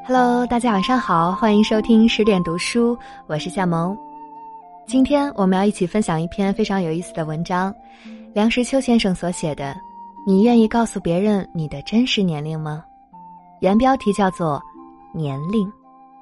Hello， 大家晚上好，欢迎收听10点读书，我是夏萌。今天我们要一起分享一篇非常有意思的文章，梁实秋先生所写的《你愿意告诉别人你的真实年龄吗》，原标题叫做年龄。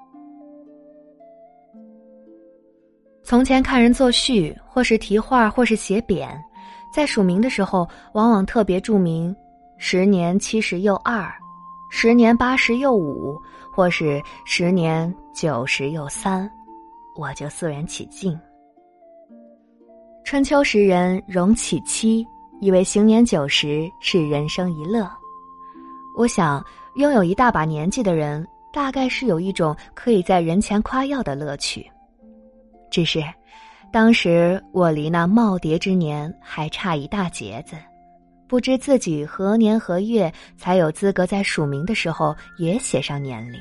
从前看人作序，或是题画，或是写匾，在署名的时候往往特别注明10年70又2， 10年80又5，或是10年90又3，我就肃然起敬。春秋时人荣启期，以为行年90是人生一乐。我想拥有一大把年纪的人，大概是有一种可以在人前夸耀的乐趣。只是当时我离那耄耋之年还差一大截子，不知自己何年何月才有资格在署名的时候也写上年龄。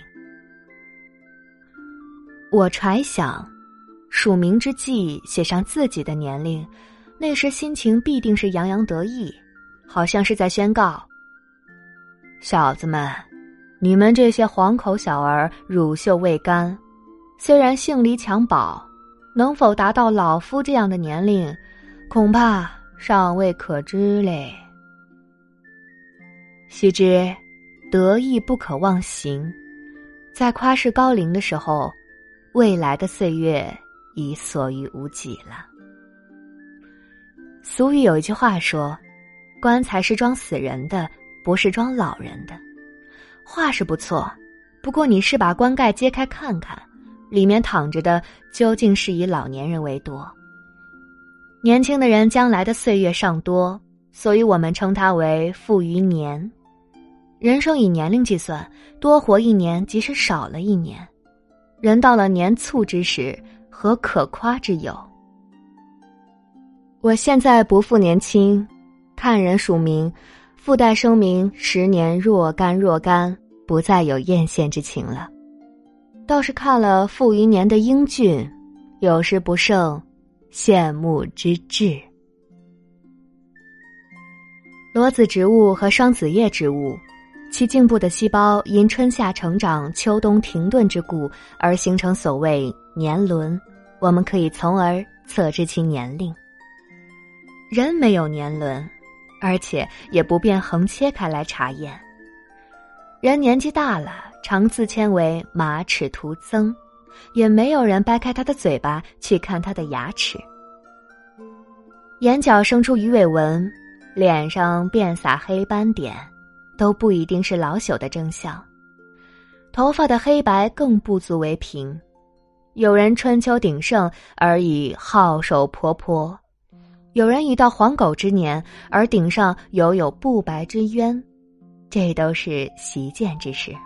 我揣想，署名之际写上自己的年龄，那时心情必定是洋洋得意，好像是在宣告：小子们，你们这些黄口小儿乳臭未干，虽然姓李襁褓，能否达到老夫这样的年龄，恐怕尚未可知嘞。须知得意不可忘形，在夸世高龄的时候，未来的岁月已所余无几了。俗语有一句话说，棺材是装死人的，不是装老人的。话是不错，不过你是把棺盖揭开看看，里面躺着的究竟是以老年人为多。年轻的人将来的岁月尚多，所以我们称它为富余年。人生以年龄计算，多活一年即是少了一年。人到了年卒之时，何可夸之有？我现在不复年轻，看人署名，附带声明10年若干若干，不再有艳羡之情了。倒是看了富余年的英俊，有时不胜羡慕之至。裸子植物和双子叶植物，其茎部的细胞因春夏成长、秋冬停顿之故而形成所谓年轮，我们可以从而测知其年龄。人没有年轮，而且也不便横切开来查验。人年纪大了，常自称为马齿徒增，也没有人掰开他的嘴巴去看他的牙齿。眼角生出鱼尾纹，脸上遍洒黑斑点，都不一定是老朽的征象。头发的黑白更不足为凭。有人春秋鼎盛而已皓首婆婆，有人已到黄狗之年而顶上有不白之冤，这都是习见之事。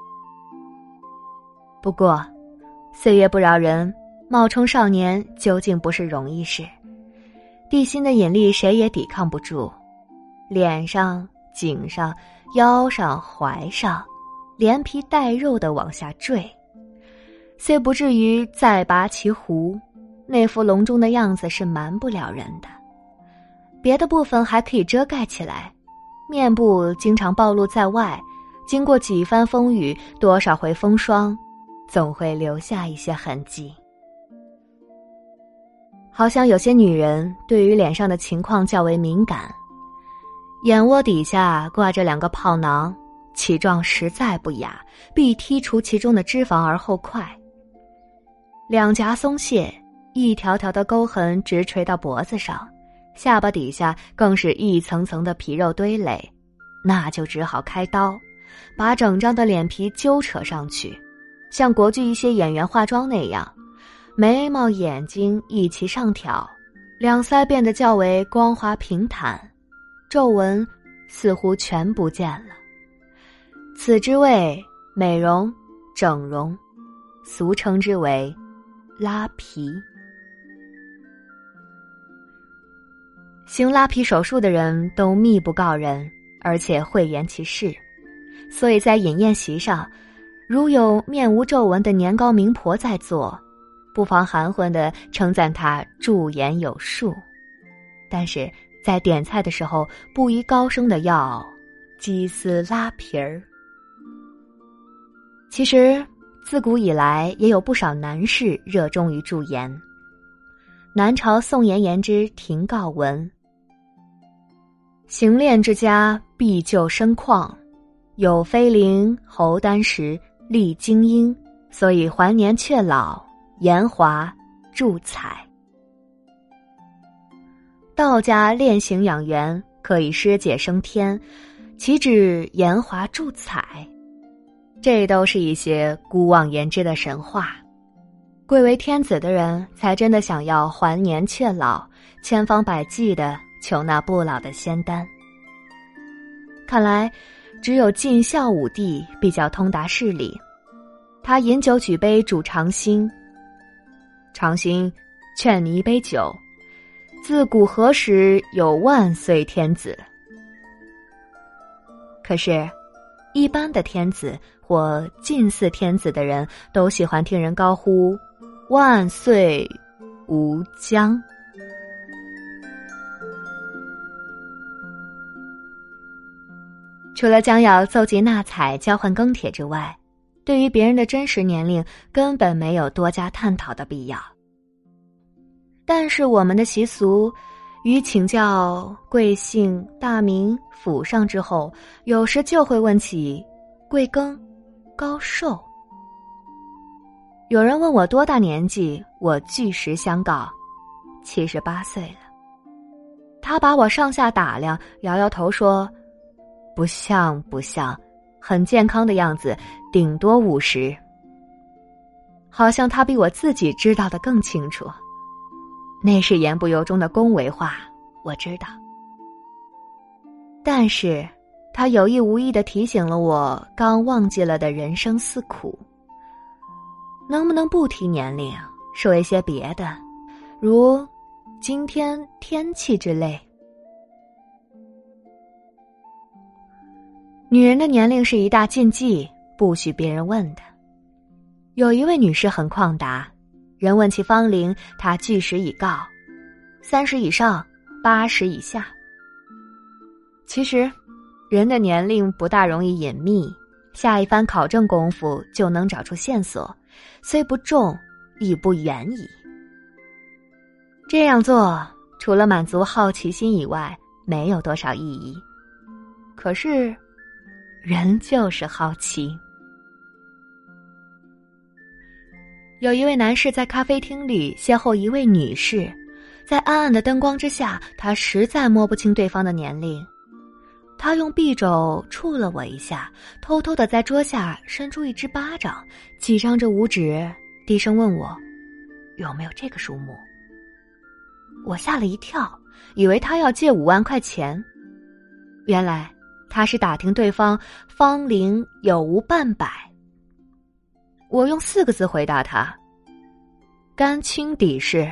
不过岁月不饶人，冒充少年究竟不是容易事。地心的引力谁也抵抗不住，脸上、颈上、腰上、怀上，连皮带肉地往下坠。虽不至于再拔其胡，那副笼中的样子是瞒不了人的。别的部分还可以遮盖起来，面部经常暴露在外，经过几番风雨，多少回风霜，总会留下一些痕迹。好像有些女人对于脸上的情况较为敏感，眼窝底下挂着2个泡囊，其状实在不雅，必剔除其中的脂肪而后快。两颊松懈，一条条的沟痕直垂到脖子上，下巴底下更是一层层的皮肉堆垒，那就只好开刀，把整张的脸皮揪扯上去，像国剧一些演员化妆那样，眉毛眼睛一齐上挑，两腮变得较为光滑平坦，皱纹似乎全不见了。此之谓美容、整容，俗称之为拉皮。行拉皮手术的人都密不告人，而且讳言其事，所以在饮宴席上，如有面无皱纹的年高名婆在座，不妨含混地称赞他驻颜有术。但是在点菜的时候，不宜高声地要鸡丝拉皮儿。 其实自古以来也有不少男士热衷于驻颜。南朝宋颜言之廷诰文：行练之家必就深旷，有妃陵侯丹时历精英，所以还年却老，颜华助彩。道家练形养颜，可以尸解升天，岂止颜华助彩？这都是一些姑妄言之的神话。贵为天子的人才真的想要还年却老，千方百计地求那不老的仙丹。看来只有晋孝武帝比较通达事理，他饮酒举杯主长兴，长兴劝你一杯酒，自古何时有万岁天子？可是一般的天子或近似天子的人都喜欢听人高呼万岁无疆。除了将要奏集纳采交换庚帖之外，对于别人的真实年龄根本没有多加探讨的必要。但是我们的习俗于请教贵姓大名府上之后，有时就会问起贵庚高寿。有人问我多大年纪，我据实相告78岁了。他把我上下打量，摇摇头说不像，很健康的样子，顶多50。好像他比我自己知道的更清楚。那是言不由衷的恭维话，我知道。但是他有意无意地提醒了我刚忘记了的人生四苦。能不能不提年龄，说一些别的，如今天天气之类？女人的年龄是一大禁忌，不许别人问的。有一位女士很旷达，人问其芳龄，她据实以告：30以上，80以下。其实人的年龄不大容易隐秘，下一番考证功夫就能找出线索，虽不重亦不远矣。这样做除了满足好奇心以外，没有多少意义。可是人就是好奇。有一位男士在咖啡厅里邂逅一位女士，在暗暗的灯光之下，他实在摸不清对方的年龄。他用臂肘触了我一下，偷偷地在桌下伸出一只巴掌，几张着五指，低声问我有没有这个数目。我吓了一跳，以为他要借5万块钱。原来他是打听对方芳龄有无半百。我用4个字回答他：甘清抵士。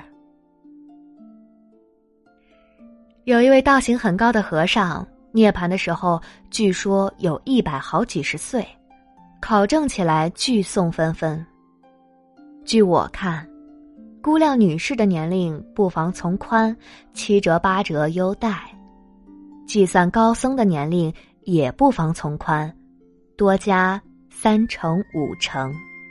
有一位道行很高的和尚，涅槃的时候据说有100好几十岁，考证起来聚讼纷纷。据我看，估量女士的年龄不妨从宽7折8折优待，计算高僧的年龄也不妨从宽多加3成5成。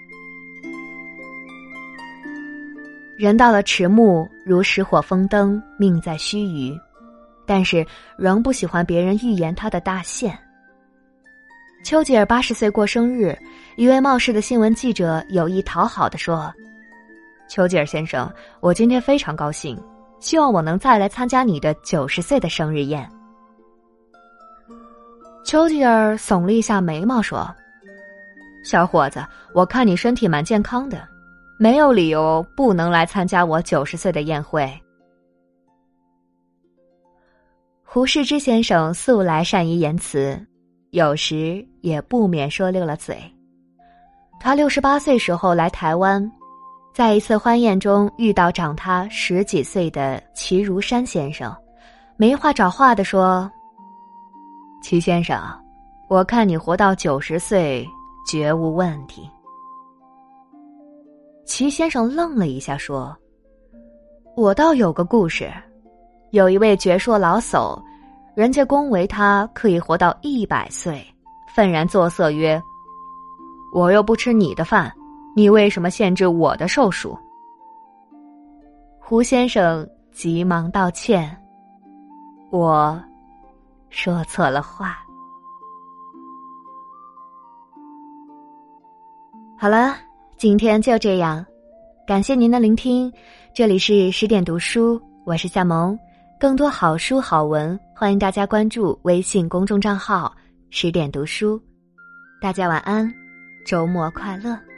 人到了迟暮，如石火风灯，命在须臾，但是仍不喜欢别人预言他的大限。丘吉尔80岁过生日，一位冒失的新闻记者有意讨好地说：丘吉尔先生，我今天非常高兴，希望我能再来参加你的90岁的生日宴。丘吉尔耸了一下眉毛说：小伙子，我看你身体蛮健康的，没有理由不能来参加我90岁的宴会。胡适之先生素来善于言辞，有时也不免说溜了嘴。他68岁时候来台湾，在一次欢宴中遇到长他10几岁的齐如山先生，没话找话地说：齐先生，我看你活到90岁绝无问题。齐先生愣了一下说：我倒有个故事，有一位矍铄老叟，人家恭维他可以活到100岁，愤然作色曰： 我又不吃你的饭，你为什么限制我的寿数？”胡先生急忙道歉：“我说错了话。”好了，今天就这样，感谢您的聆听，这里是10点读书，我是夏萌，更多好书好文，欢迎大家关注微信公众账号10点读书。大家晚安，周末快乐。